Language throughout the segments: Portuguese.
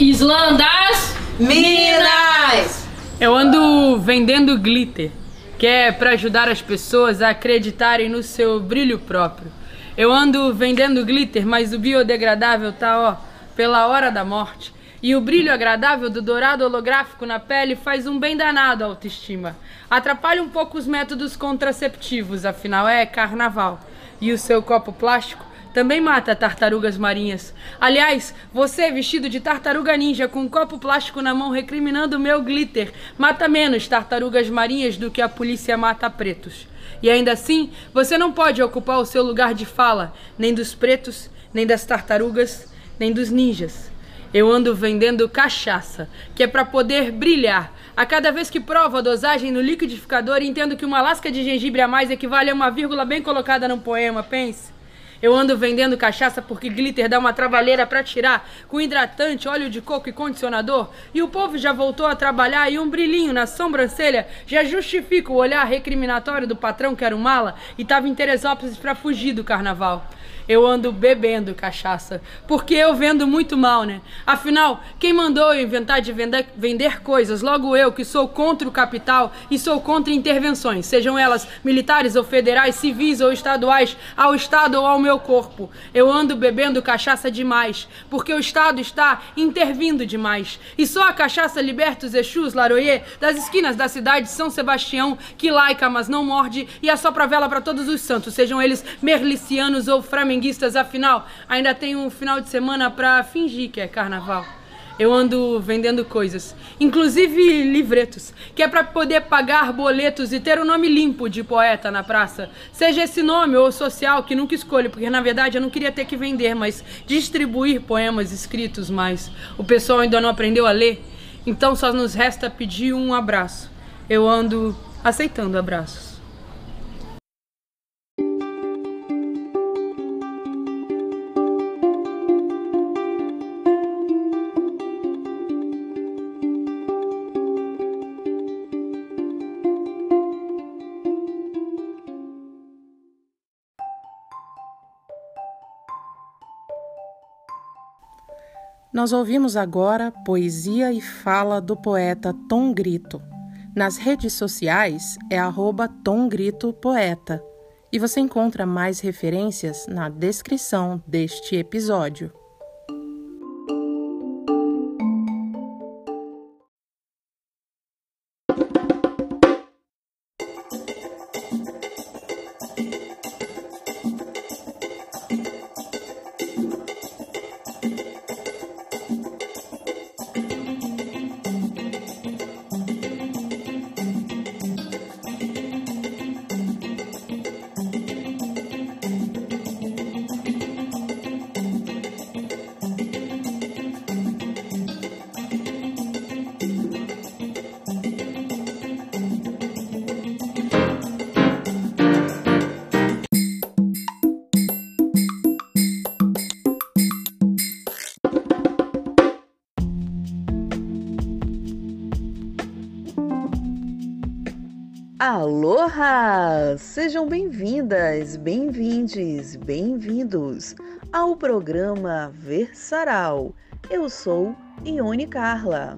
Islã das Minas! Eu ando vendendo glitter, que é para ajudar as pessoas a acreditarem no seu brilho próprio. Eu ando vendendo glitter, mas o biodegradável tá, ó, pela hora da morte. E o brilho agradável do dourado holográfico na pele faz um bem danado à autoestima. Atrapalha um pouco os métodos contraceptivos, afinal é carnaval. E o seu copo plástico também mata tartarugas marinhas. Aliás, você vestido de tartaruga ninja com um copo plástico na mão recriminando o meu glitter mata menos tartarugas marinhas do que a polícia mata pretos. E ainda assim, você não pode ocupar o seu lugar de fala, nem dos pretos, nem das tartarugas, nem dos ninjas. Eu ando vendendo cachaça, que é para poder brilhar. A cada vez que provo a dosagem no liquidificador, entendo que uma lasca de gengibre a mais equivale a uma vírgula bem colocada num poema, pense. Eu ando vendendo cachaça porque glitter dá uma trabalheira pra tirar, com hidratante, óleo de coco e condicionador, e o povo já voltou a trabalhar e um brilhinho na sobrancelha já justifica o olhar recriminatório do patrão que era um mala e tava em Teresópolis pra fugir do carnaval. Eu ando bebendo cachaça, porque eu vendo muito mal, né? Afinal, quem mandou eu inventar de vender coisas? Logo eu, que sou contra o capital e sou contra intervenções, sejam elas militares ou federais, civis ou estaduais, ao Estado ou ao meu corpo. Eu ando bebendo cachaça demais, porque o Estado está intervindo demais. E só a cachaça liberta os Exus, Laroyer, das esquinas da cidade de São Sebastião, que laica, mas não morde, e assopra vela para todos os santos, sejam eles merlicianos ou flamenguistas. Afinal, ainda tem um final de semana pra fingir que é carnaval. Eu ando vendendo coisas, inclusive livretos, que é pra poder pagar boletos e ter o nome limpo de poeta na praça. Seja esse nome ou social, que nunca escolho, porque na verdade eu não queria ter que vender, mas distribuir poemas escritos, mas o pessoal ainda não aprendeu a ler, então só nos resta pedir um abraço. Eu ando aceitando abraços. Nós ouvimos agora poesia e fala do poeta Tom Grito. Nas redes sociais é @TomGritoPoeta. E você encontra mais referências na descrição deste episódio. Aloha! Sejam bem-vindas, bem-vindes, bem-vindos ao programa Versaral. Eu sou Ione Carla.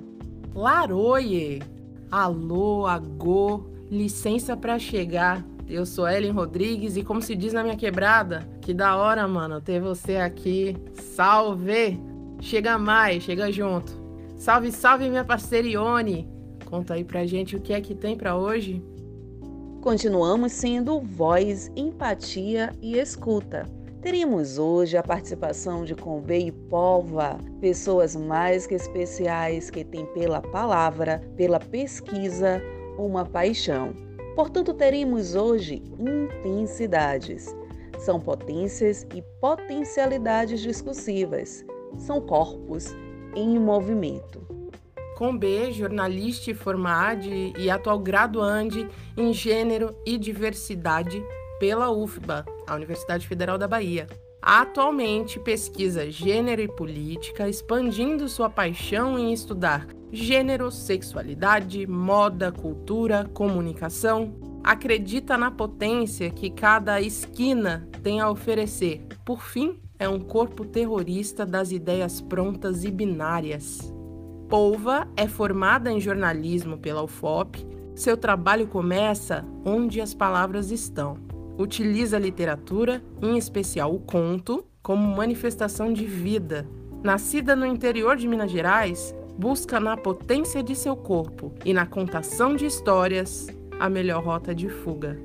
Laroie! Alô, agô, licença pra chegar. Eu sou Ellen Rodrigues e como se diz na minha quebrada, que da hora, mano, ter você aqui. Salve! Chega mais, chega junto. Salve, salve, minha parceira Ione. Conta aí pra gente o que é que tem pra hoje. Continuamos sendo voz, empatia e escuta. Teríamos hoje a participação de Conbe e Pova, pessoas mais que especiais que têm pela palavra, pela pesquisa, uma paixão. Portanto, teríamos hoje intensidades. São potências e potencialidades discursivas. São corpos em movimento. Conbe, jornalista e formade e atual graduande em Gênero e Diversidade pela UFBA, a Universidade Federal da Bahia. Atualmente pesquisa Gênero e Política, expandindo sua paixão em estudar gênero, sexualidade, moda, cultura, comunicação. Acredita na potência que cada esquina tem a oferecer. Por fim, é um corpo terrorista das ideias prontas e binárias. Polva é formada em jornalismo pela UFOP. Seu trabalho começa onde as palavras estão. Utiliza a literatura, em especial o conto, como manifestação de vida. Nascida no interior de Minas Gerais, busca na potência de seu corpo e na contação de histórias a melhor rota de fuga.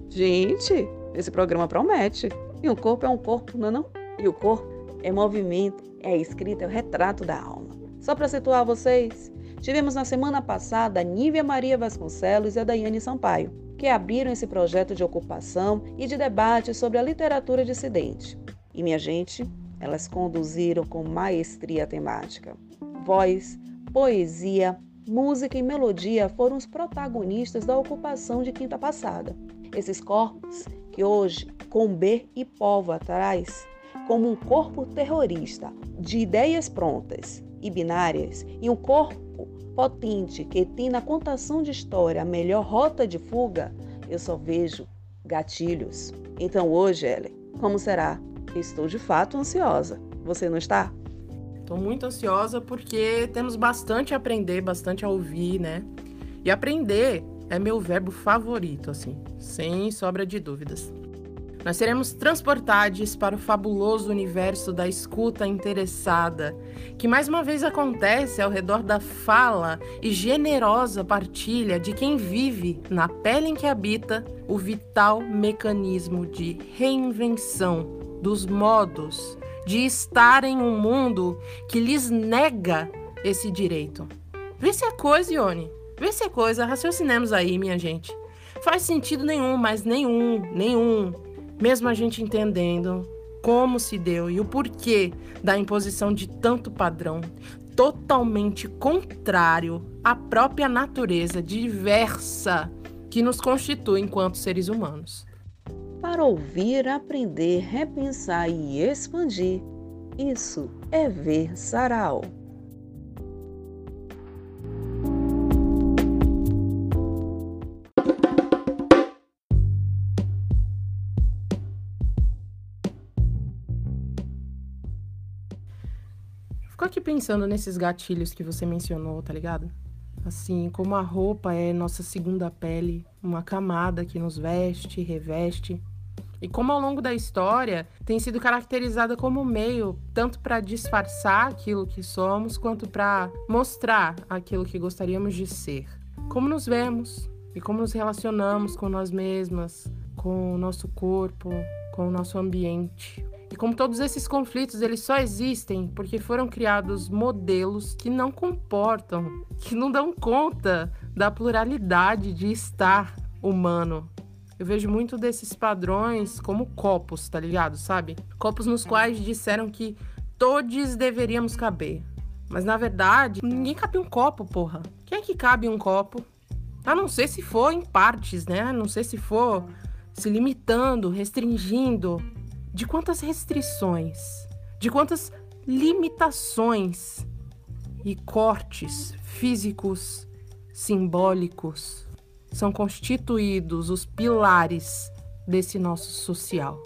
Gente, esse programa promete. E o corpo é um corpo, não é não? E o corpo é movimento, é escrita, é o retrato da alma. Só para situar vocês, tivemos na semana passada a Nívia Maria Vasconcelos e a Daiane Sampaio, que abriram esse projeto de ocupação e de debate sobre a literatura dissidente. E, minha gente, elas conduziram com maestria a temática. Voz, poesia, música e melodia foram os protagonistas da ocupação de quinta passada. Esses corpos que hoje Combê e Polva traz como um corpo terrorista de ideias prontas e binárias e um corpo potente que tem na contação de história a melhor rota de fuga, eu só vejo gatilhos. Então hoje, Ellen, como será? Estou de fato ansiosa. Você não está? Estou muito ansiosa porque temos bastante a aprender, bastante a ouvir, né? E aprender é meu verbo favorito, assim, sem sobra de dúvidas. Nós seremos transportados para o fabuloso universo da escuta interessada, que mais uma vez acontece ao redor da fala e generosa partilha de quem vive, na pele em que habita, o vital mecanismo de reinvenção dos modos de estar em um mundo que lhes nega esse direito. Vê se é coisa, Ione. Vê se é coisa. Raciocinemos aí, minha gente. Faz sentido nenhum, mas nenhum. Mesmo a gente entendendo como se deu e o porquê da imposição de tanto padrão totalmente contrário à própria natureza diversa que nos constitui enquanto seres humanos. Para ouvir, aprender, repensar e expandir, isso é ver Sarau. Fico aqui pensando nesses gatilhos que você mencionou, tá ligado? Assim, como a roupa é nossa segunda pele, uma camada que nos veste, reveste. E como ao longo da história tem sido caracterizada como meio tanto para disfarçar aquilo que somos, quanto para mostrar aquilo que gostaríamos de ser. Como nos vemos e como nos relacionamos com nós mesmas, com o nosso corpo, com o nosso ambiente. E como todos esses conflitos, eles só existem porque foram criados modelos que não comportam, que não dão conta da pluralidade de estar humano. Eu vejo muito desses padrões como copos, tá ligado, sabe? Copos nos quais disseram que todos deveríamos caber. Mas, na verdade, ninguém cabe um copo, porra. Quem é que cabe um copo? A não ser se for em partes, né? A não ser se for se limitando, restringindo. De quantas restrições, de quantas limitações e cortes físicos, simbólicos, são constituídos os pilares desse nosso social.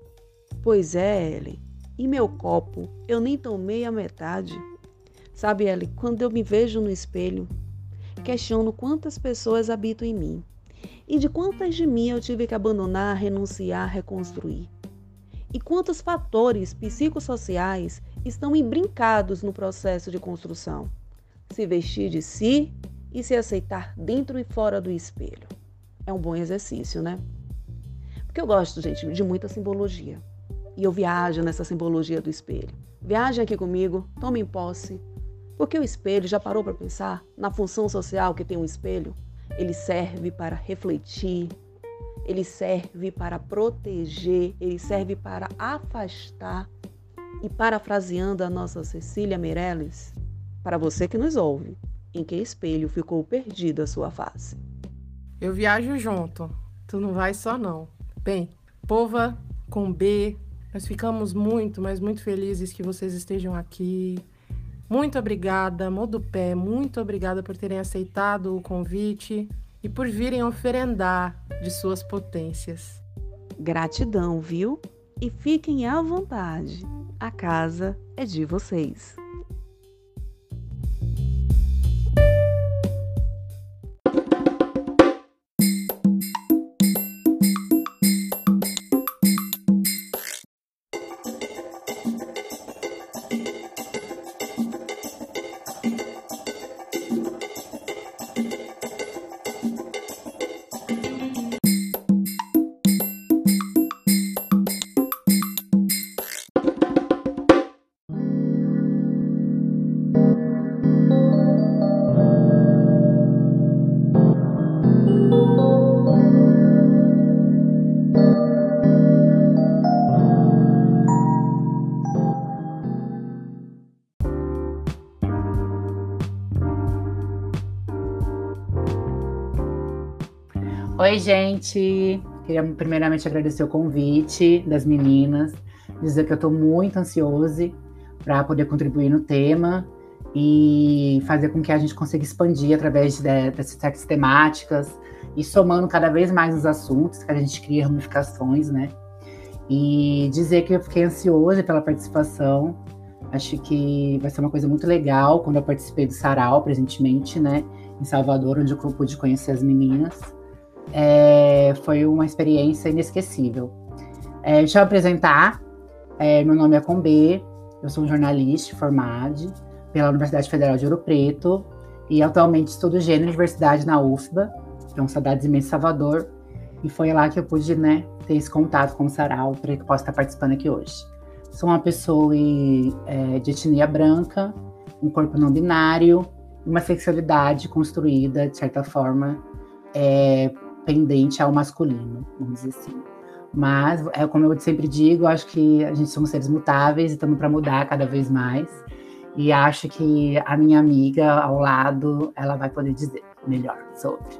Pois é, Ellen. E meu copo, eu nem tomei a metade. Sabe, Ellen, quando eu me vejo no espelho, questiono quantas pessoas habitam em mim. E de quantas de mim eu tive que abandonar, renunciar, reconstruir. E quantos fatores psicossociais estão embrincados no processo de construção. Se vestir de si e se aceitar dentro e fora do espelho. É um bom exercício, né? Porque eu gosto, gente, de muita simbologia. E eu viajo nessa simbologia do espelho. Viajem aqui comigo, tomem posse. Porque o espelho, já parou para pensar na função social que tem um espelho? Ele serve para refletir, ele serve para proteger, ele serve para afastar. E parafraseando a nossa Cecília Meirelles, para você que nos ouve, em que espelho ficou perdido a sua face? Eu viajo junto, tu não vai só não. Bem, Polva, Combê, nós ficamos muito, mas muito felizes que vocês estejam aqui. Muito obrigada, Modupé, muito obrigada por terem aceitado o convite e por virem oferendar de suas potências. Gratidão, viu? e fiquem à vontade. A casa é de vocês. Oi, gente! Queria primeiramente agradecer o convite das meninas, dizer que eu estou muito ansiosa para poder contribuir no tema e fazer com que a gente consiga expandir através dessas temáticas e somando cada vez mais os assuntos, que a gente cria ramificações, né? E dizer que eu fiquei ansiosa pela participação. Acho que vai ser uma coisa muito legal quando eu participei do Sarau, presentemente, né? Em Salvador, onde eu pude conhecer as meninas. Foi uma experiência inesquecível. Deixa eu apresentar. Meu nome é Combê, eu sou um jornalista formado pela Universidade Federal de Ouro Preto e atualmente estudo gênero e diversidade na UFBA, então saudades imensas Salvador, e foi lá que eu pude, né, ter esse contato com o Sarau para que eu possa estar participando aqui hoje. Sou uma pessoa de etnia branca, um corpo não binário, uma sexualidade construída, de certa forma, pendente ao masculino, vamos dizer assim. Mas, como eu sempre digo, acho que a gente somos seres mutáveis e estamos para mudar cada vez mais. E acho que a minha amiga ao lado, ela vai poder dizer melhor sobre.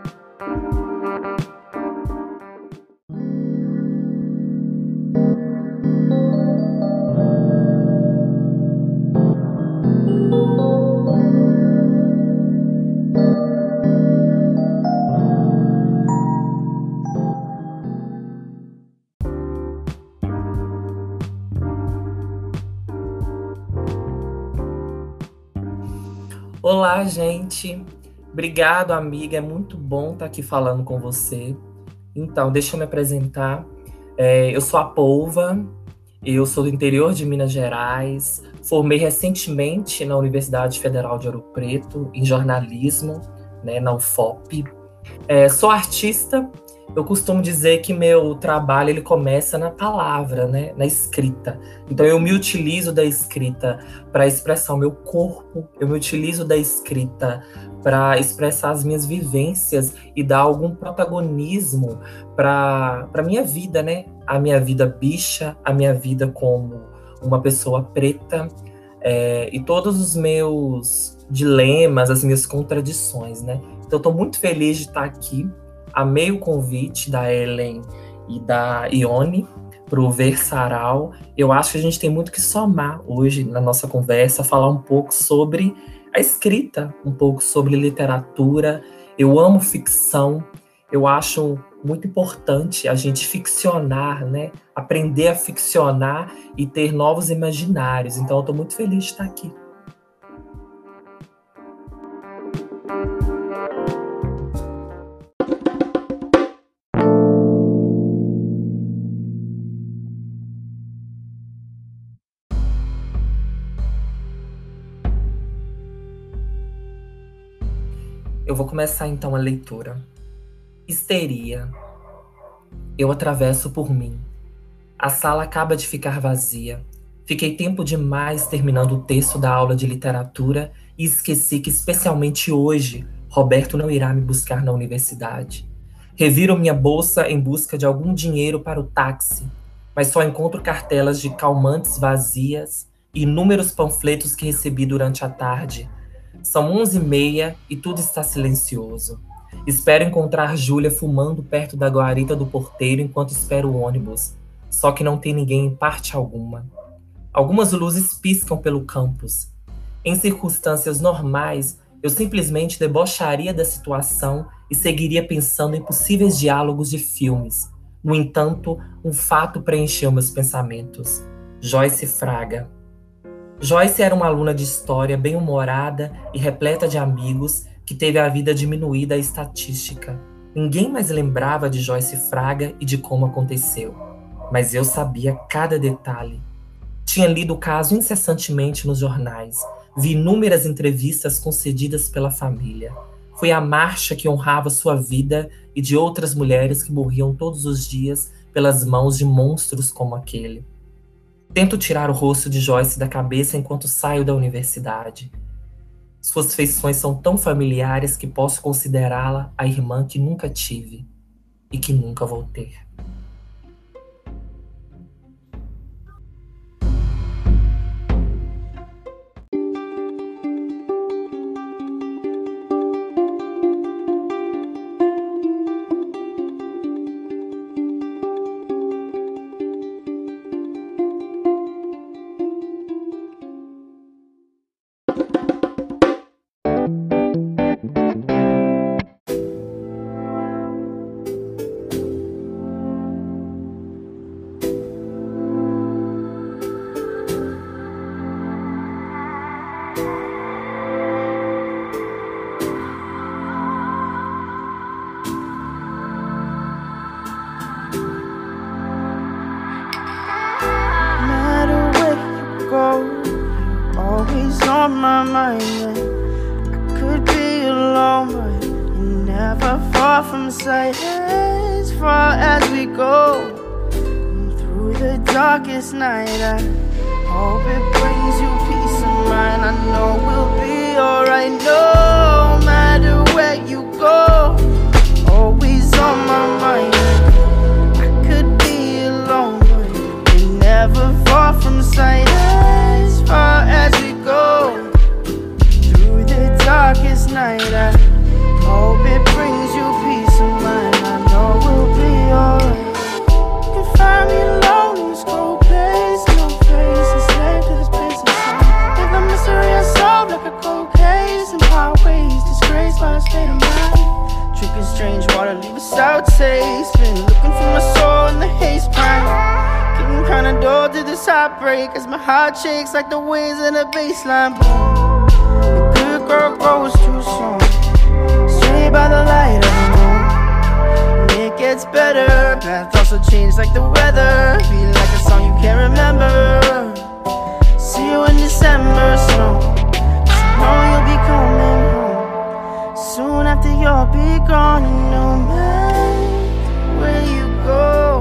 Olá, gente. Obrigado, amiga. É muito bom estar aqui falando com você. Então, deixa eu me apresentar. Eu sou a Polva, eu sou do interior de Minas Gerais, formei recentemente na Universidade Federal de Ouro Preto, em jornalismo, né, na UFOP. Sou artista. Eu costumo dizer que meu trabalho ele começa na palavra, né, na escrita. Então eu me utilizo da escrita para expressar o meu corpo, eu me utilizo da escrita para expressar as minhas vivências e dar algum protagonismo para a minha vida, né? A minha vida bicha, a minha vida como uma pessoa preta, e todos os meus dilemas, as minhas contradições, né? Então eu estou muito feliz de estar aqui. Amei o convite da Ellen e da Ione para o Versarau. Eu acho que a gente tem muito que somar hoje na nossa conversa, falar um pouco sobre a escrita, um pouco sobre literatura. Eu amo ficção, eu acho muito importante a gente ficcionar, né? Aprender a ficcionar e ter novos imaginários. Então eu estou muito feliz de estar aqui. Eu vou começar então a leitura. Histeria. Eu atravesso por mim. A sala acaba de ficar vazia. Fiquei tempo demais terminando o texto da aula de literatura e esqueci que especialmente hoje Roberto não irá me buscar na universidade. Reviro minha bolsa em busca de algum dinheiro para o táxi, mas só encontro cartelas de calmantes vazias e inúmeros panfletos que recebi durante a tarde. São 11h30 e tudo está silencioso. Espero encontrar Júlia fumando perto da guarita do porteiro enquanto espero o ônibus. Só que não tem ninguém em parte alguma. Algumas luzes piscam pelo campus. Em circunstâncias normais, eu simplesmente debocharia da situação e seguiria pensando em possíveis diálogos de filmes. No entanto, um fato preencheu meus pensamentos. Joyce Fraga. Joyce era uma aluna de história bem-humorada e repleta de amigos que teve a vida diminuída à estatística. Ninguém mais lembrava de Joyce Fraga e de como aconteceu. Mas eu sabia cada detalhe. Tinha lido o caso incessantemente nos jornais. Vi inúmeras entrevistas concedidas pela família. Foi a marcha que honrava sua vida e de outras mulheres que morriam todos os dias pelas mãos de monstros como aquele. Tento tirar o rosto de Joyce da cabeça enquanto saio da universidade. Suas feições são tão familiares que posso considerá-la a irmã que nunca tive e que nunca vou ter. On my mind, I could be alone, but you're never far from sight. As far as we go, through the darkest night, I hope it brings you peace of mind. I know we'll be alright, no matter where you go. Always on my mind. I could be alone, but you're never far from sight. As far as we go, through the darkest night, I hope it brings you peace of mind. I know we'll be alright. You can find me alone in this cold place, no face, enslaved to this place inside. If the mystery is solved like a cold case, and highways disgraced by a state of mind. Drinking strange water, leave a sour taste. Been looking for my soul in the haze pine. Getting kinda dull to this heartbreak as my heart shakes like the waves in a baseline. Boom. The good girl grows too soon, straight by the light of the moon. And it gets better, path also changed like the weather. Feel like a song you can't remember. See you in December snow, 'cause I know you'll be coming home soon after you'll be gone. And no matter where you go,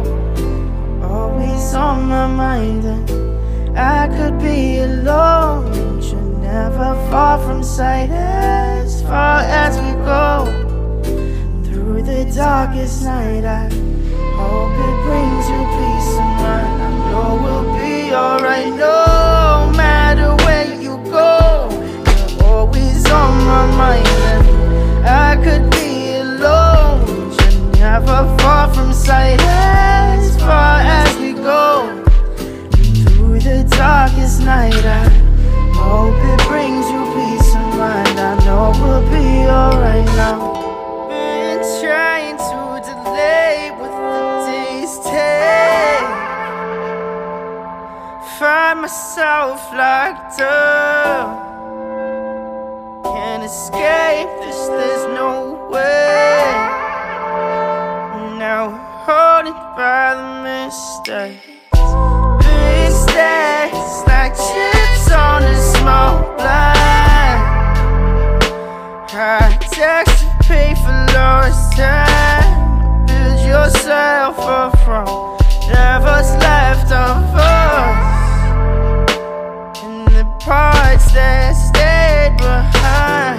always on my mind. And I could be alone, but you're never far from sight. As far as we go, through the darkest night, I hope it brings you peace of mind. I know we'll be alright, no matter where you go. You're always on my mind. And I could be alone, but you're never far from sight. As far as we go, through the darkest night, I hope it brings you peace of mind. I know we'll be alright now. Been trying to delay what the days take. Find myself locked up, can't escape this, there's no way. Now holding by the mistakes. Big stacks like chips on a small blind. High tax to pay for lost time. Build yourself up from whatever's left of us, and the parts that stayed behind.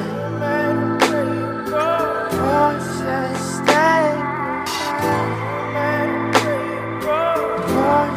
Parts that stayed behind.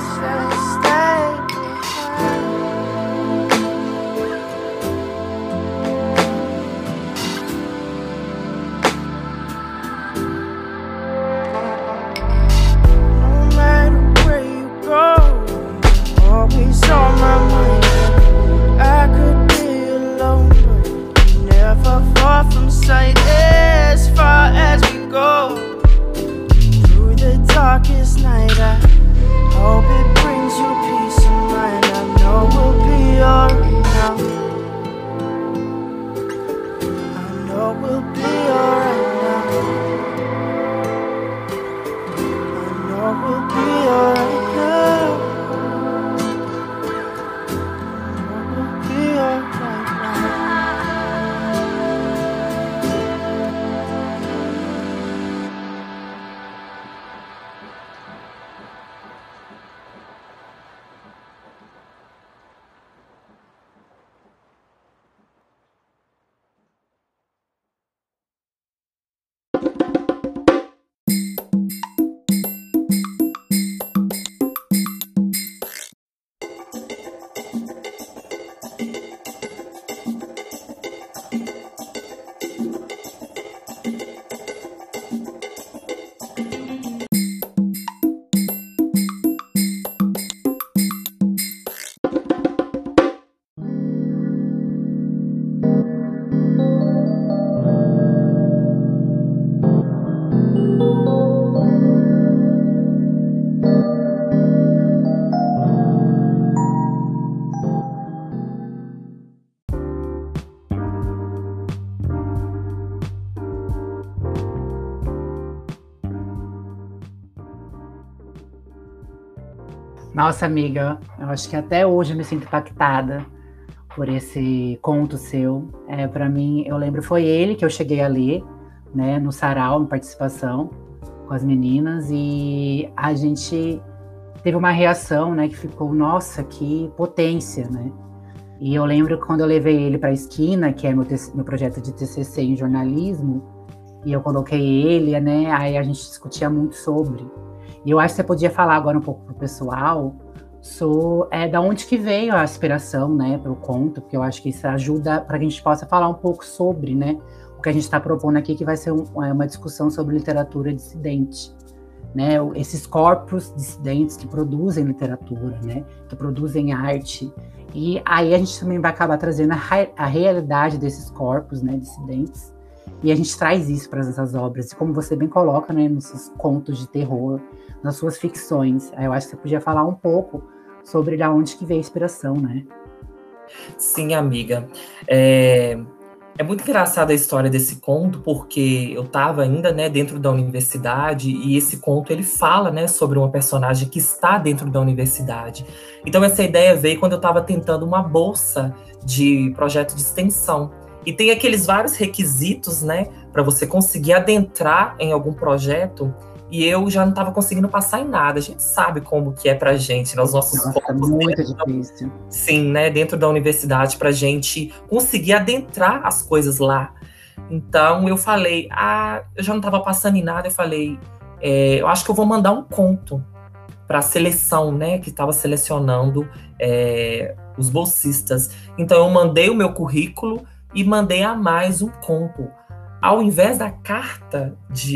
Nossa, amiga, eu acho que até hoje eu me sinto impactada por esse conto seu. Para mim, eu lembro, foi ele que eu cheguei a ler, né, no sarau, em participação com as meninas, e a gente teve uma reação, né, que ficou, nossa, que potência, né? E eu lembro quando eu levei ele para a Esquina, que é meu projeto de TCC em jornalismo, e eu coloquei ele, né, aí a gente discutia muito sobre. E eu acho que você podia falar agora um pouco pro pessoal da onde que veio a inspiração, né, para o conto, porque eu acho que isso ajuda para que a gente possa falar um pouco sobre, né, o que a gente está propondo aqui, que vai ser uma discussão sobre literatura dissidente, né, esses corpos dissidentes que produzem literatura, né, que produzem arte. E aí a gente também vai acabar trazendo a realidade desses corpos, né, dissidentes, e a gente traz isso para essas obras, e como você bem coloca, né, nos seus contos de terror, nas suas ficções. Aí eu acho que você podia falar um pouco sobre de onde que veio a inspiração, né? Sim, amiga. É muito engraçada a história desse conto, porque eu estava ainda, né, dentro da universidade, e esse conto ele fala, né, sobre uma personagem que está dentro da universidade. Então essa ideia veio quando eu estava tentando uma bolsa de projeto de extensão. E tem aqueles vários requisitos, né, para você conseguir adentrar em algum projeto, e eu já não estava conseguindo passar em nada. A gente sabe como que é pra gente, nos nossos corpos. Muito difícil. Sim, né, dentro da universidade, pra gente conseguir adentrar as coisas lá. Então eu falei, eu já não estava passando em nada, eu falei, eu acho que eu vou mandar um conto para a seleção, né, que estava selecionando os bolsistas. Então eu mandei o meu currículo e mandei a mais um conto. Ao invés da carta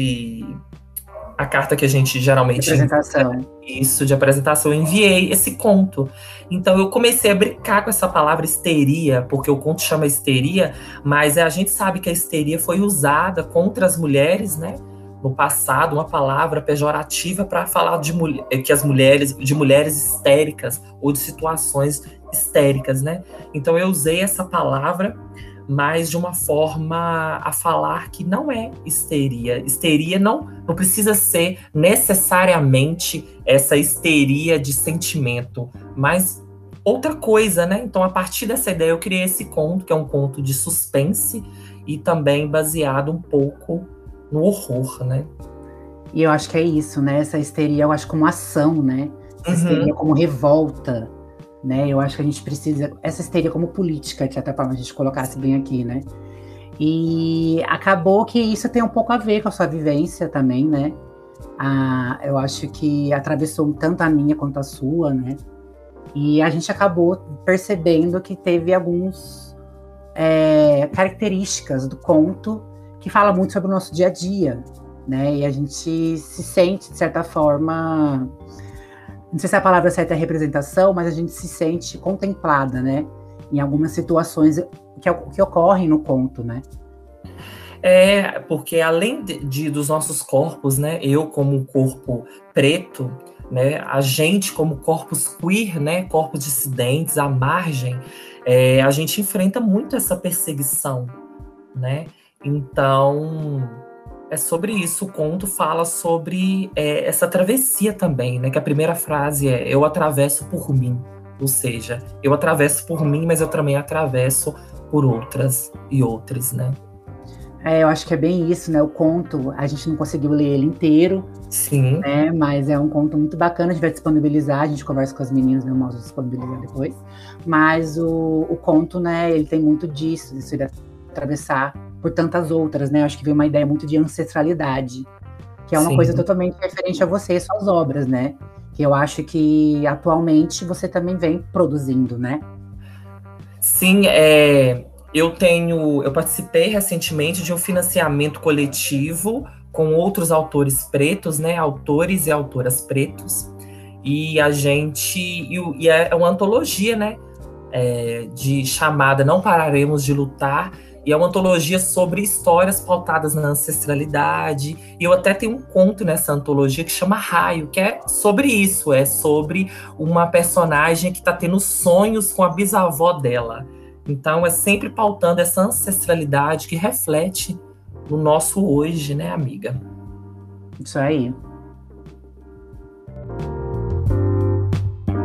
a carta que a gente geralmente de apresentação, eu enviei esse conto. Então eu comecei a brincar com essa palavra histeria, porque o conto chama histeria, mas a gente sabe que a histeria foi usada contra as mulheres, né? No passado, uma palavra pejorativa para falar de mulheres histéricas ou de situações histéricas, né? Então eu usei essa palavra, mas de uma forma a falar que não é histeria. Histeria não precisa ser necessariamente essa histeria de sentimento, mas outra coisa, né? Então, a partir dessa ideia, eu criei esse conto, que é um conto de suspense e também baseado um pouco no horror, né? E eu acho que é isso, né? Essa histeria, eu acho como ação, né? Essa histeria como revolta, né? Eu acho que a gente precisa... Essa histeria como política, que até para a gente colocasse bem aqui, né? E acabou que isso tem um pouco a ver com a sua vivência também, né? Eu acho que atravessou tanto a minha quanto a sua, né? E a gente acabou percebendo que teve algumas características do conto que fala muito sobre o nosso dia a dia, né? E a gente se sente, de certa forma... Não sei se a palavra certa é representação, mas a gente se sente contemplada, né? Em algumas situações que ocorrem no conto, né? Porque além dos nossos corpos, né? Eu como um corpo preto, né? A gente como corpos queer, né? Corpos dissidentes, à margem, a gente enfrenta muito essa perseguição, né? Então, é sobre isso. O conto fala sobre essa travessia também, né? Que a primeira frase é: eu atravesso por mim. Ou seja, eu atravesso por mim, mas eu também atravesso por outras e outros, né? Eu acho que é bem isso, né? O conto, a gente não conseguiu ler ele inteiro. Sim. Né? Mas é um conto muito bacana, a gente vai disponibilizar, a gente conversa com as meninas, meu modo de disponibilizar depois. Mas o conto, né, ele tem muito disso de atravessar por tantas outras, né? Eu acho que veio uma ideia muito de ancestralidade, que é uma coisa totalmente referente a você e suas obras, né? Que eu acho que atualmente você também vem produzindo, né? Sim, eu participei recentemente de um financiamento coletivo com outros autores pretos, né? Autores e autoras pretos. E é uma antologia, né? Chamada Não Pararemos de Lutar. E é uma antologia sobre histórias pautadas na ancestralidade. E eu até tenho um conto nessa antologia que chama Raio, que é sobre isso. É sobre uma personagem que está tendo sonhos com a bisavó dela. Então é sempre pautando essa ancestralidade que reflete no nosso hoje, né, amiga? Isso aí.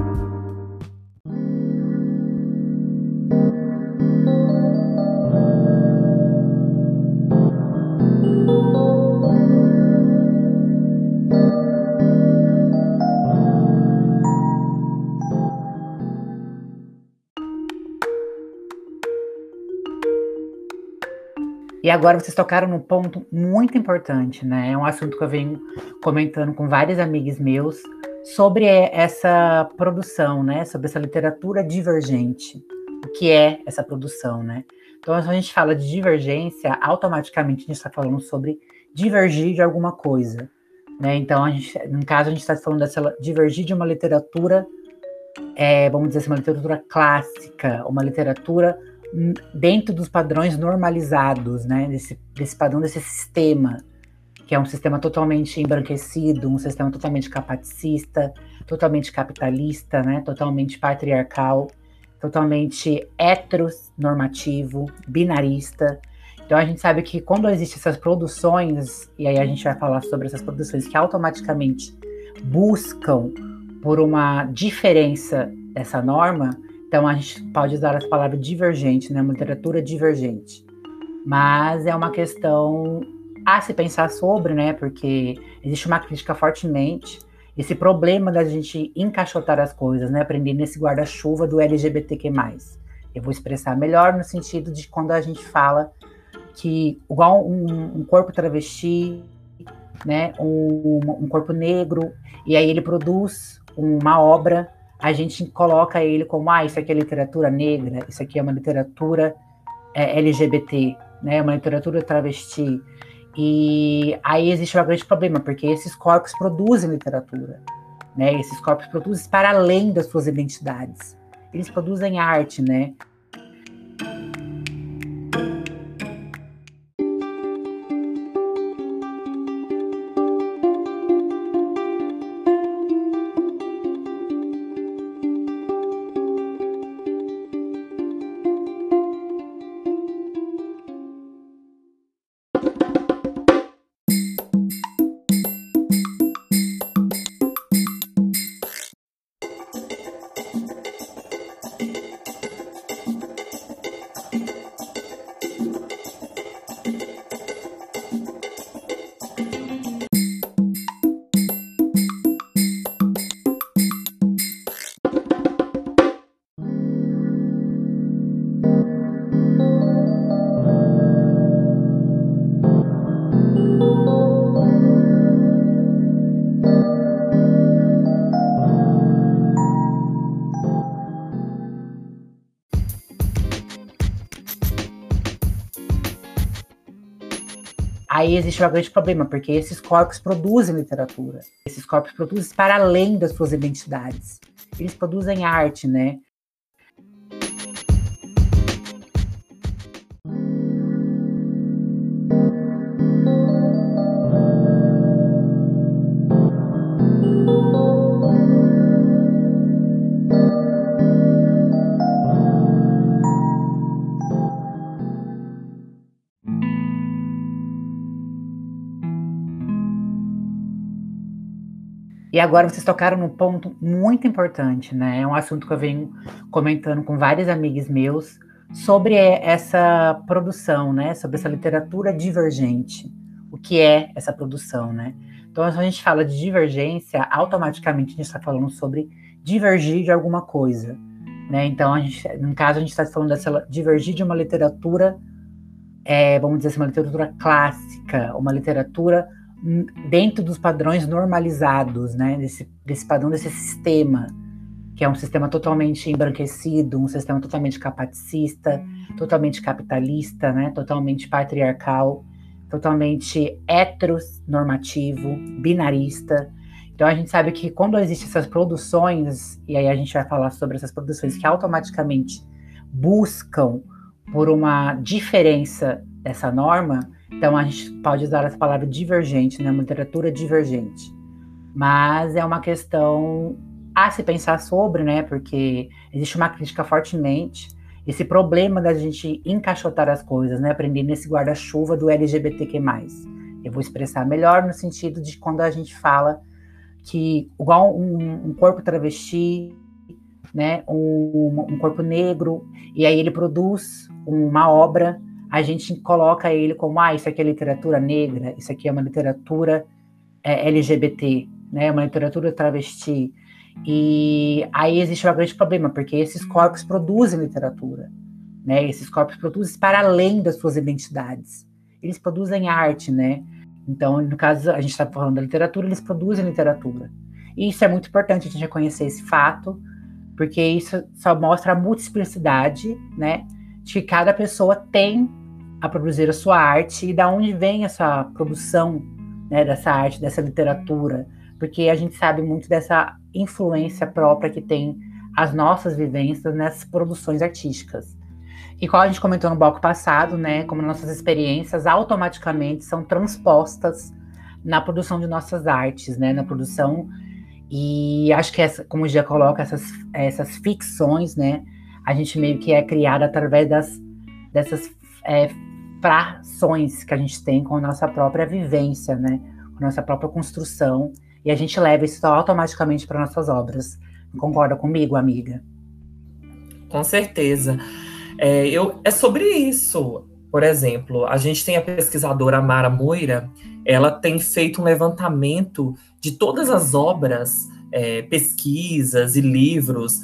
E agora vocês tocaram num ponto muito importante, né? É um assunto que eu venho comentando com vários amigos meus sobre essa produção, né? Sobre essa literatura divergente. O que é essa produção, né? Então, quando a gente fala de divergência, automaticamente a gente está falando sobre divergir de alguma coisa, né? Então, no caso, a gente está falando dessa divergir de uma literatura, vamos dizer assim, uma literatura clássica, uma literatura dentro dos padrões normalizados, né? Desse padrão, desse sistema, que é um sistema totalmente embranquecido, um sistema totalmente capacitista, totalmente capitalista, né? Totalmente patriarcal, totalmente heteronormativo, binarista. Então a gente sabe que quando existem essas produções, e aí a gente vai falar sobre essas produções que automaticamente buscam por uma diferença dessa norma, então a gente pode usar essa palavra divergente, né? Uma literatura divergente. Mas é uma questão a se pensar sobre, né? Porque existe uma crítica fortemente, esse problema da gente encaixotar as coisas, né? Aprender nesse guarda-chuva do LGBTQ+. Eu vou expressar melhor no sentido de quando a gente fala que, igual um corpo travesti, né? Um corpo negro, e aí ele produz uma obra, a gente coloca ele como, isso aqui é literatura negra, isso aqui é uma literatura LGBT, né? Uma literatura travesti. E aí existe um grande problema, porque esses corpos produzem literatura, né? Esses corpos produzem para além das suas identidades. Eles produzem arte, né? Aí existe um grande problema, porque esses corpos produzem literatura. Esses corpos produzem para além das suas identidades. Eles produzem arte, né? E agora vocês tocaram num ponto muito importante, né? É um assunto que eu venho comentando com vários amigos meus sobre essa produção, né? Sobre essa literatura divergente. O que é essa produção, né? Então, quando a gente fala de divergência, automaticamente a gente está falando sobre divergir de alguma coisa, né? Então, no caso, a gente está falando dessa divergir de uma literatura, vamos dizer assim, uma literatura clássica, uma literatura dentro dos padrões normalizados, né? Desse padrão, desse sistema, que é um sistema totalmente embranquecido, um sistema totalmente capacitista, totalmente capitalista, né? Totalmente patriarcal, totalmente heteronormativo, binarista. Então a gente sabe que quando existem essas produções, e aí a gente vai falar sobre essas produções que automaticamente buscam por uma diferença dessa norma, então a gente pode usar essa palavra divergente, né? Uma literatura divergente. Mas é uma questão a se pensar sobre, né? Porque existe uma crítica fortemente, esse problema da gente encaixotar as coisas, né? Aprender nesse guarda-chuva do LGBTQ+. Eu vou expressar melhor no sentido de quando a gente fala que, igual um corpo travesti, né? Um corpo negro, e aí ele produz uma obra, a gente coloca ele como, isso aqui é literatura negra, isso aqui é uma literatura LGBT, né? Uma literatura travesti. E aí existe um grande problema, porque esses corpos produzem literatura, né? Esses corpos produzem para além das suas identidades. eles produzem arte, né? Então, no caso, a gente está falando da literatura, eles produzem literatura. E isso é muito importante a gente reconhecer esse fato, porque isso só mostra a multiplicidade, né? De que cada pessoa tem a produzir a sua arte e da onde vem essa produção, né, dessa arte, dessa literatura, porque a gente sabe muito dessa influência própria que tem as nossas vivências nessas produções artísticas. E como a gente comentou no bloco passado, né, como nossas experiências automaticamente são transpostas na produção de nossas artes, né, na produção. E acho que, como o Gia coloca, essas ficções, né, a gente meio que é criada através dessas frações que a gente tem com a nossa própria vivência, né, com a nossa própria construção, e a gente leva isso automaticamente para nossas obras. Concorda comigo, amiga? Com certeza. É sobre isso. Por exemplo, a gente tem a pesquisadora Mara Moira, ela tem feito um levantamento de todas as obras, pesquisas e livros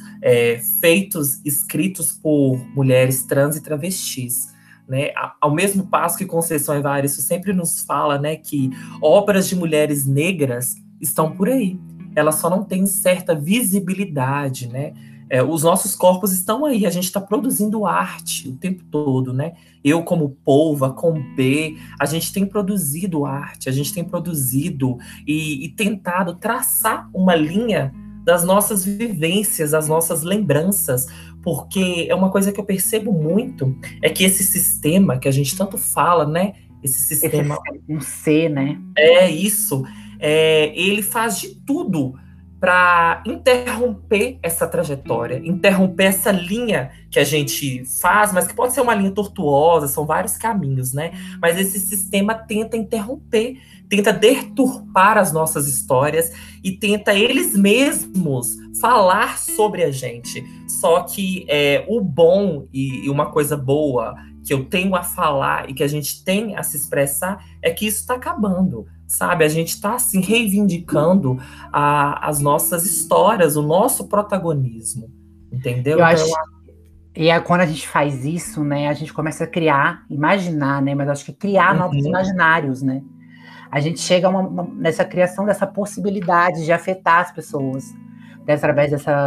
escritos por mulheres trans e travestis. Né? Ao mesmo passo que Conceição Evaristo sempre nos fala, né, que obras de mulheres negras estão por aí. Elas só não têm certa visibilidade, né? Os nossos corpos estão aí, a gente está produzindo arte o tempo todo, né? Eu, como Polva, com B, a gente tem produzido arte, a gente tem produzido e tentado traçar uma linha das nossas vivências, das nossas lembranças, porque é uma coisa que eu percebo muito, é que esse sistema que a gente tanto fala, né? Esse sistema... Um C, né? É isso. Ele faz de tudo para interromper essa trajetória, interromper essa linha que a gente faz, mas que pode ser uma linha tortuosa, são vários caminhos, né? Mas esse sistema tenta interromper, tenta deturpar as nossas histórias e tenta eles mesmos falar sobre a gente. Só que o bom e uma coisa boa que eu tenho a falar e que a gente tem a se expressar é que isso está acabando. Sabe, a gente está assim reivindicando as nossas histórias, o nosso protagonismo, entendeu? E quando a gente faz isso, né, a gente começa a criar, imaginar, né, mas acho que criar novos imaginários, né? A gente chega nessa criação dessa possibilidade de afetar as pessoas, através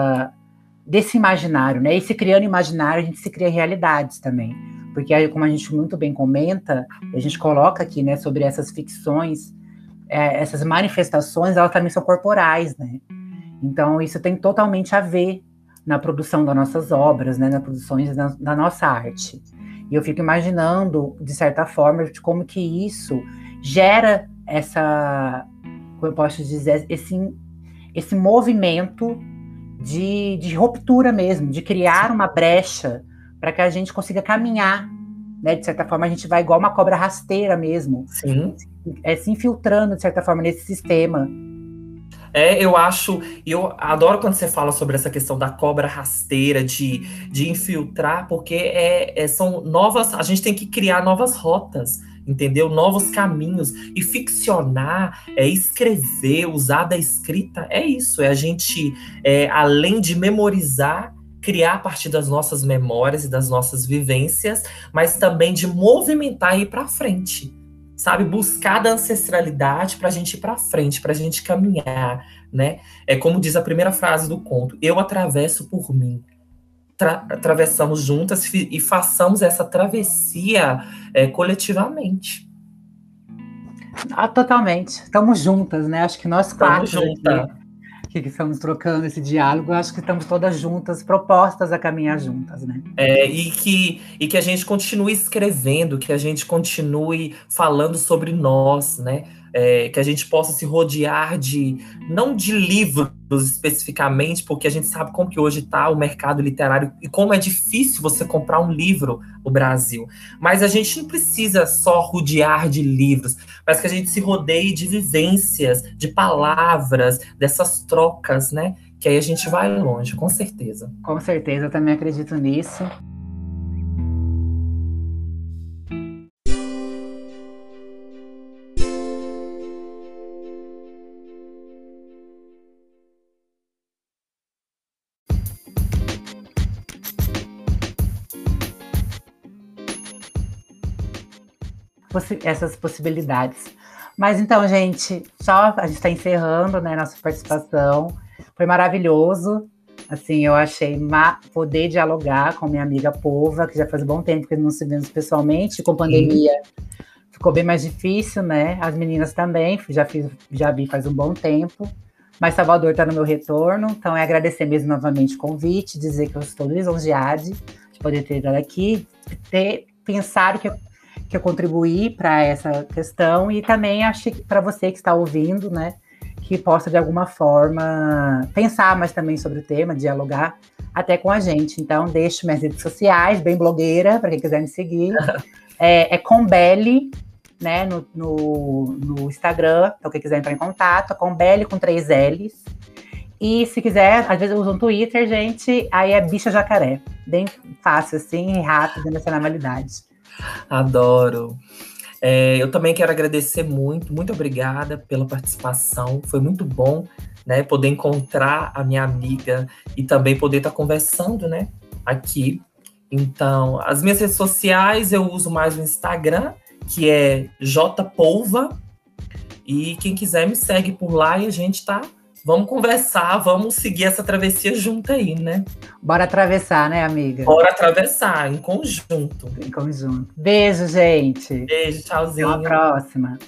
desse imaginário, né? E se criando imaginário, a gente se cria realidades também, porque aí, como a gente muito bem comenta, a gente coloca aqui, né, sobre essas ficções, essas manifestações, elas também são corporais, né? Então, isso tem totalmente a ver na produção das nossas obras, né? Na produção da nossa arte. E eu fico imaginando, de certa forma, de como que isso gera como eu posso dizer, esse movimento de ruptura mesmo, de criar uma brecha para que a gente consiga caminhar, né? De certa forma, a gente vai igual uma cobra rasteira mesmo. Sim. Se infiltrando, de certa forma, nesse sistema. Eu adoro quando você fala sobre essa questão da cobra rasteira, de infiltrar, porque são novas, a gente tem que criar novas rotas, entendeu? Novos caminhos, e ficcionar, escrever, usar da escrita, é isso, a gente, além de memorizar, criar a partir das nossas memórias e das nossas vivências, mas também de movimentar e ir para frente. Sabe, buscar da ancestralidade para a gente ir para frente, para a gente caminhar, né? Como diz a primeira frase do conto: eu atravesso por mim. Atravessamos juntas e façamos essa travessia coletivamente. Totalmente. Estamos juntas, né? Acho que nós quatro que estamos trocando esse diálogo, acho que estamos todas juntas, propostas a caminhar juntas, né? E que a gente continue escrevendo, que a gente continue falando sobre nós, né? Que a gente possa se rodear não de livros especificamente, porque a gente sabe como que hoje está o mercado literário e como é difícil você comprar um livro no Brasil. Mas a gente não precisa só rodear de livros, mas que a gente se rodeie de vivências, de palavras, dessas trocas, né? Que aí a gente vai longe, com certeza. Com certeza, eu também acredito nisso. essas possibilidades. Mas então, gente, só a gente está encerrando, né, nossa participação. Foi maravilhoso. Assim, eu achei poder dialogar com minha amiga Pova, que já faz um bom tempo que não se vemos pessoalmente. Com pandemia ficou bem mais difícil, né? As meninas também, já vi faz um bom tempo. Mas Salvador está no meu retorno, então é agradecer mesmo novamente o convite, dizer que eu estou lisonjeada de poder ter ido aqui, pensar que eu contribuí para essa questão, e também acho que para você que está ouvindo, né, que possa de alguma forma pensar mais também sobre o tema, dialogar até com a gente. Então, deixo minhas redes sociais, bem blogueira, para quem quiser me seguir. É Combele, né, no Instagram, então quem quiser entrar em contato, Combele com 3 L's. E se quiser, às vezes eu uso um Twitter, gente, aí é Bicha Jacaré. Bem fácil, assim, rápido, nessa normalidade. Adoro. Eu também quero agradecer muito obrigada pela participação. Foi muito bom, né, poder encontrar a minha amiga e também poder estar conversando, né, aqui. Então, as minhas redes sociais eu uso mais o Instagram, que é jpolva, e quem quiser me segue por lá e a gente vamos conversar, vamos seguir essa travessia junto aí, né? Bora atravessar, né, amiga? Bora atravessar, em conjunto. Em conjunto. Beijo, gente. Beijo, tchauzinho. Até a próxima.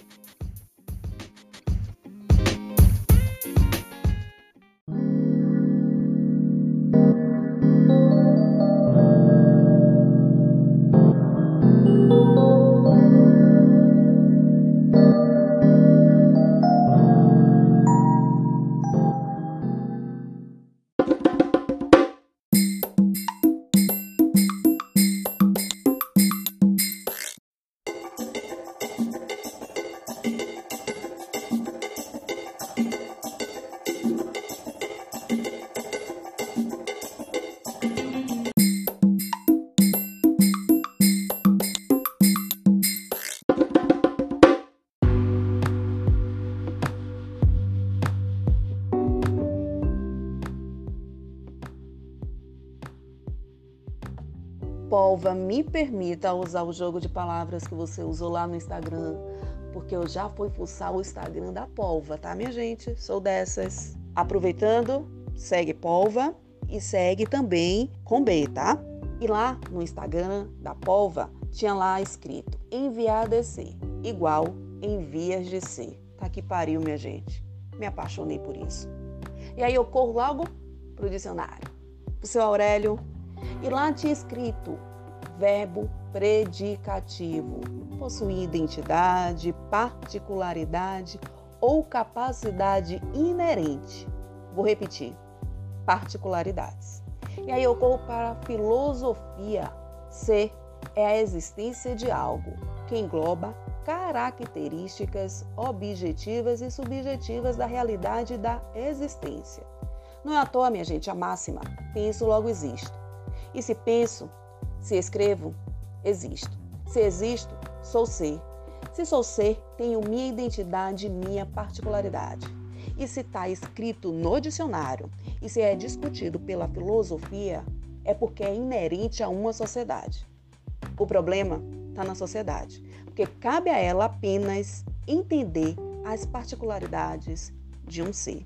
Polva, me permita usar o jogo de palavras que você usou lá no Instagram, porque eu já fui fuçar o Instagram da Polva, tá, minha gente? Sou dessas. Aproveitando, segue Polva e segue também com B, tá? E lá no Instagram da Polva tinha lá escrito enviar DC igual em vias de ser. Tá que pariu, minha gente. Me apaixonei por isso. E aí eu corro logo pro dicionário, pro seu Aurélio. E lá tinha escrito verbo predicativo, possui identidade, particularidade ou capacidade inerente. Vou repetir, particularidades. E aí eu corro para a filosofia. Ser é a existência de algo que engloba características objetivas e subjetivas da realidade da existência. Não é à toa, minha gente, a máxima, penso, logo existo. E se penso, se escrevo, existo. Se existo, sou ser. Se sou ser, tenho minha identidade, minha particularidade. E se está escrito no dicionário e se é discutido pela filosofia, é porque é inerente a uma sociedade. O problema está na sociedade, porque cabe a ela apenas entender as particularidades de um ser.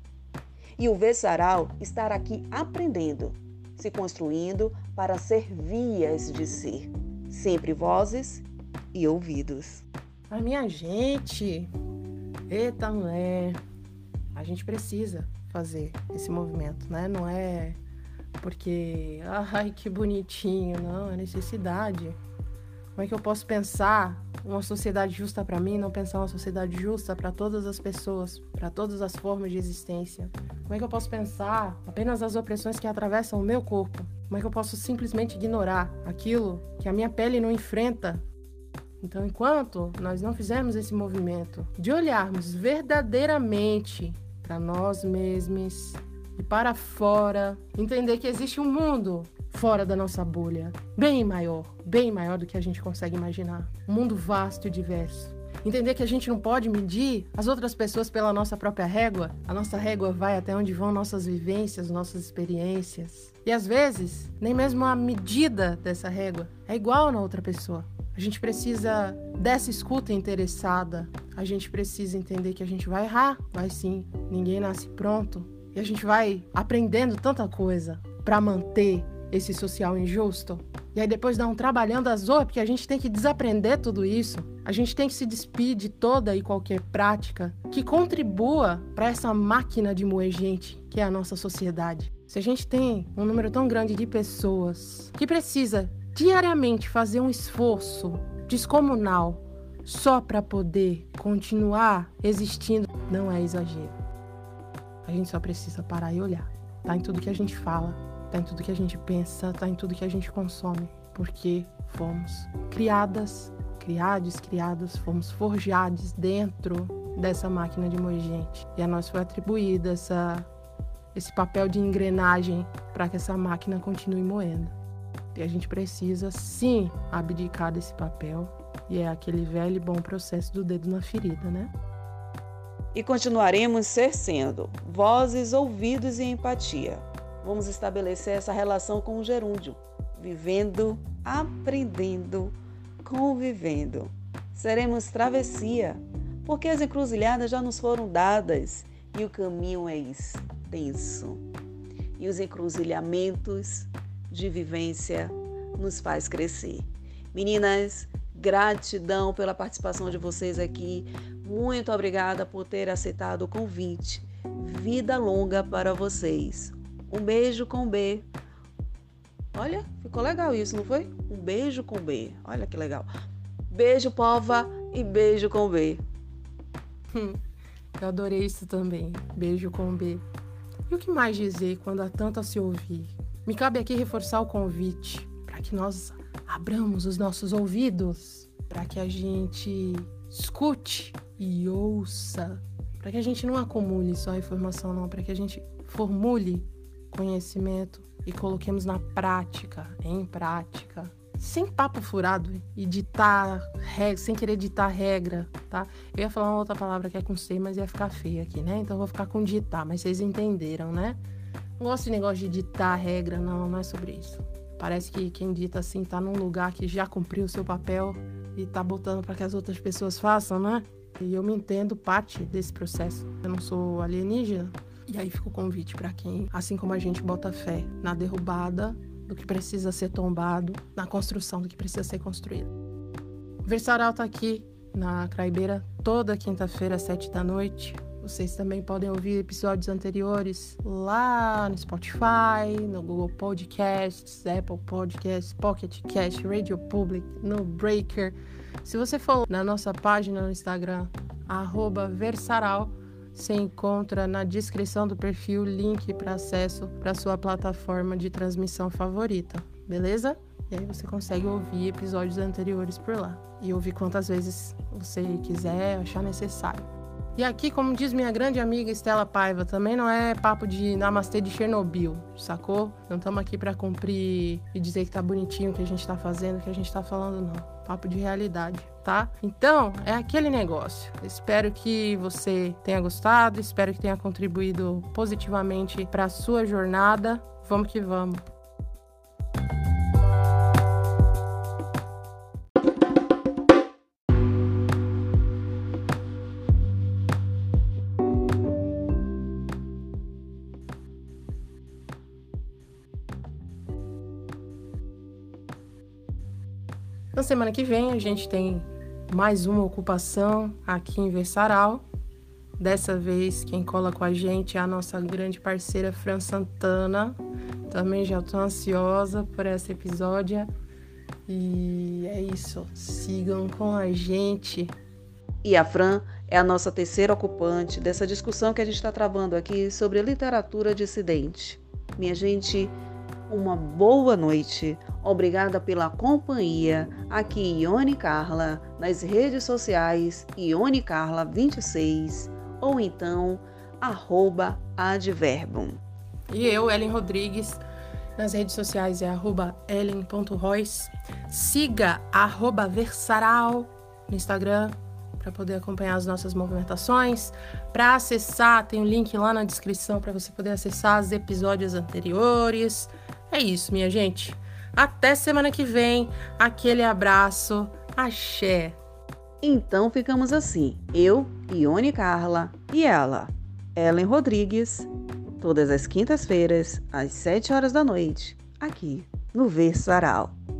E o Vessaral estará aqui aprendendo, se construindo para ser vias de ser, sempre vozes e ouvidos. Ai, minha gente, eita mulher, a gente precisa fazer esse movimento, né? Não é porque, ai, que bonitinho, não, é necessidade. Como é que eu posso pensar uma sociedade justa para mim, não pensar uma sociedade justa para todas as pessoas, para todas as formas de existência? Como é que eu posso pensar apenas as opressões que atravessam o meu corpo? Como é que eu posso simplesmente ignorar aquilo que a minha pele não enfrenta? Então, enquanto nós não fizermos esse movimento de olharmos verdadeiramente para nós mesmos e para fora, entender que existe um mundo fora da nossa bolha, bem maior do que a gente consegue imaginar. Um mundo vasto e diverso. Entender que a gente não pode medir as outras pessoas pela nossa própria régua. A nossa régua vai até onde vão nossas vivências, nossas experiências. E às vezes, nem mesmo a medida dessa régua é igual na outra pessoa. A A gente precisa dessa escuta interessada. A gente precisa entender que a gente vai errar, vai sim. Ninguém nasce pronto. E a gente vai aprendendo tanta coisa para manter esse social injusto. E aí depois dá um trabalhando à zoa, porque a gente tem que desaprender tudo isso. A gente tem que se despir de toda e qualquer prática que contribua para essa máquina de moer gente que é a nossa sociedade. Se a gente tem um número tão grande de pessoas que precisa diariamente fazer um esforço descomunal só para poder continuar existindo, não é exagero. A gente só precisa parar e olhar. Tá em tudo que a gente fala, tá em tudo que a gente pensa, tá em tudo que a gente consome. Porque fomos criados, fomos forjados dentro dessa máquina de moer gente. E a nós foi atribuído esse papel de engrenagem para que essa máquina continue moendo. E a gente precisa, sim, abdicar desse papel. E é aquele velho e bom processo do dedo na ferida, né? E continuaremos sendo vozes, ouvidos e empatia. Vamos estabelecer essa relação com o gerúndio, vivendo, aprendendo, convivendo. Seremos travessia, porque as encruzilhadas já nos foram dadas e o caminho é extenso. E os encruzilhamentos de vivência nos faz crescer. Meninas, gratidão pela participação de vocês aqui. Muito obrigada por ter aceitado o convite. Vida longa para vocês. Um beijo com B. Olha, ficou legal isso, não foi? Um beijo com B. Olha que legal. Beijo, pova, e beijo com B. Eu adorei isso também. Beijo com B. E o que mais dizer quando há tanto a se ouvir? Me cabe aqui reforçar o convite para que nós abramos os nossos ouvidos, para que a gente escute e ouça, para que a gente não acumule só informação, não, para que a gente formule conhecimento e coloquemos na prática, em prática, sem papo furado e sem querer ditar regra, tá? Eu ia falar uma outra palavra que é com C, mas ia ficar feia aqui, né? Então eu vou ficar com ditar, mas vocês entenderam, né? Não gosto de negócio de ditar regra, não é sobre isso. Parece que quem dita assim tá num lugar que já cumpriu o seu papel e tá botando para que as outras pessoas façam, né? E eu me entendo parte desse processo. Eu não sou alienígena. E aí fica o convite para quem, assim como a gente bota fé na derrubada do que precisa ser tombado, na construção do que precisa ser construído. O Versaral tá aqui na Craibeira toda quinta-feira às 7 da noite. Vocês também podem ouvir episódios anteriores lá no Spotify, no Google Podcasts, Apple Podcasts, Pocket Cast, Radio Public, no Breaker. Se você for na nossa página no Instagram, @Versaral, você encontra na descrição do perfil link para acesso para sua plataforma de transmissão favorita, beleza? E aí você consegue ouvir episódios anteriores por lá. E ouvir quantas vezes você quiser, achar necessário. E aqui, como diz minha grande amiga Estela Paiva, também não é papo de namastê de Chernobyl, sacou? Não estamos aqui para cumprir e dizer que tá bonitinho o que a gente tá fazendo, o que a gente tá falando, não. Papo de realidade, tá? Então, é aquele negócio. Espero que você tenha gostado, espero que tenha contribuído positivamente para a sua jornada. Vamos que vamos. Na semana que vem a gente tem mais uma ocupação aqui em Versaral. Dessa vez quem cola com a gente é a nossa grande parceira Fran Santana. Também já estou ansiosa por esse episódio. E é isso, sigam com a gente. E a Fran é a nossa terceira ocupante dessa discussão que a gente está travando aqui sobre literatura dissidente. Minha gente, uma boa noite. Obrigada pela companhia. Aqui Ione Carla, nas redes sociais IoneCarla26 ou então @adverbum. E eu, Ellen Rodrigues, nas redes sociais é @ellen.royce. Siga @Versaral no Instagram para poder acompanhar as nossas movimentações. Para acessar, tem um link lá na descrição para você poder acessar os episódios anteriores. É isso, minha gente. Até semana que vem. Aquele abraço. Axé. Então ficamos assim, eu, Ione Carla e ela, Ellen Rodrigues, todas as quintas-feiras, às 7 horas da noite, aqui no Versaral.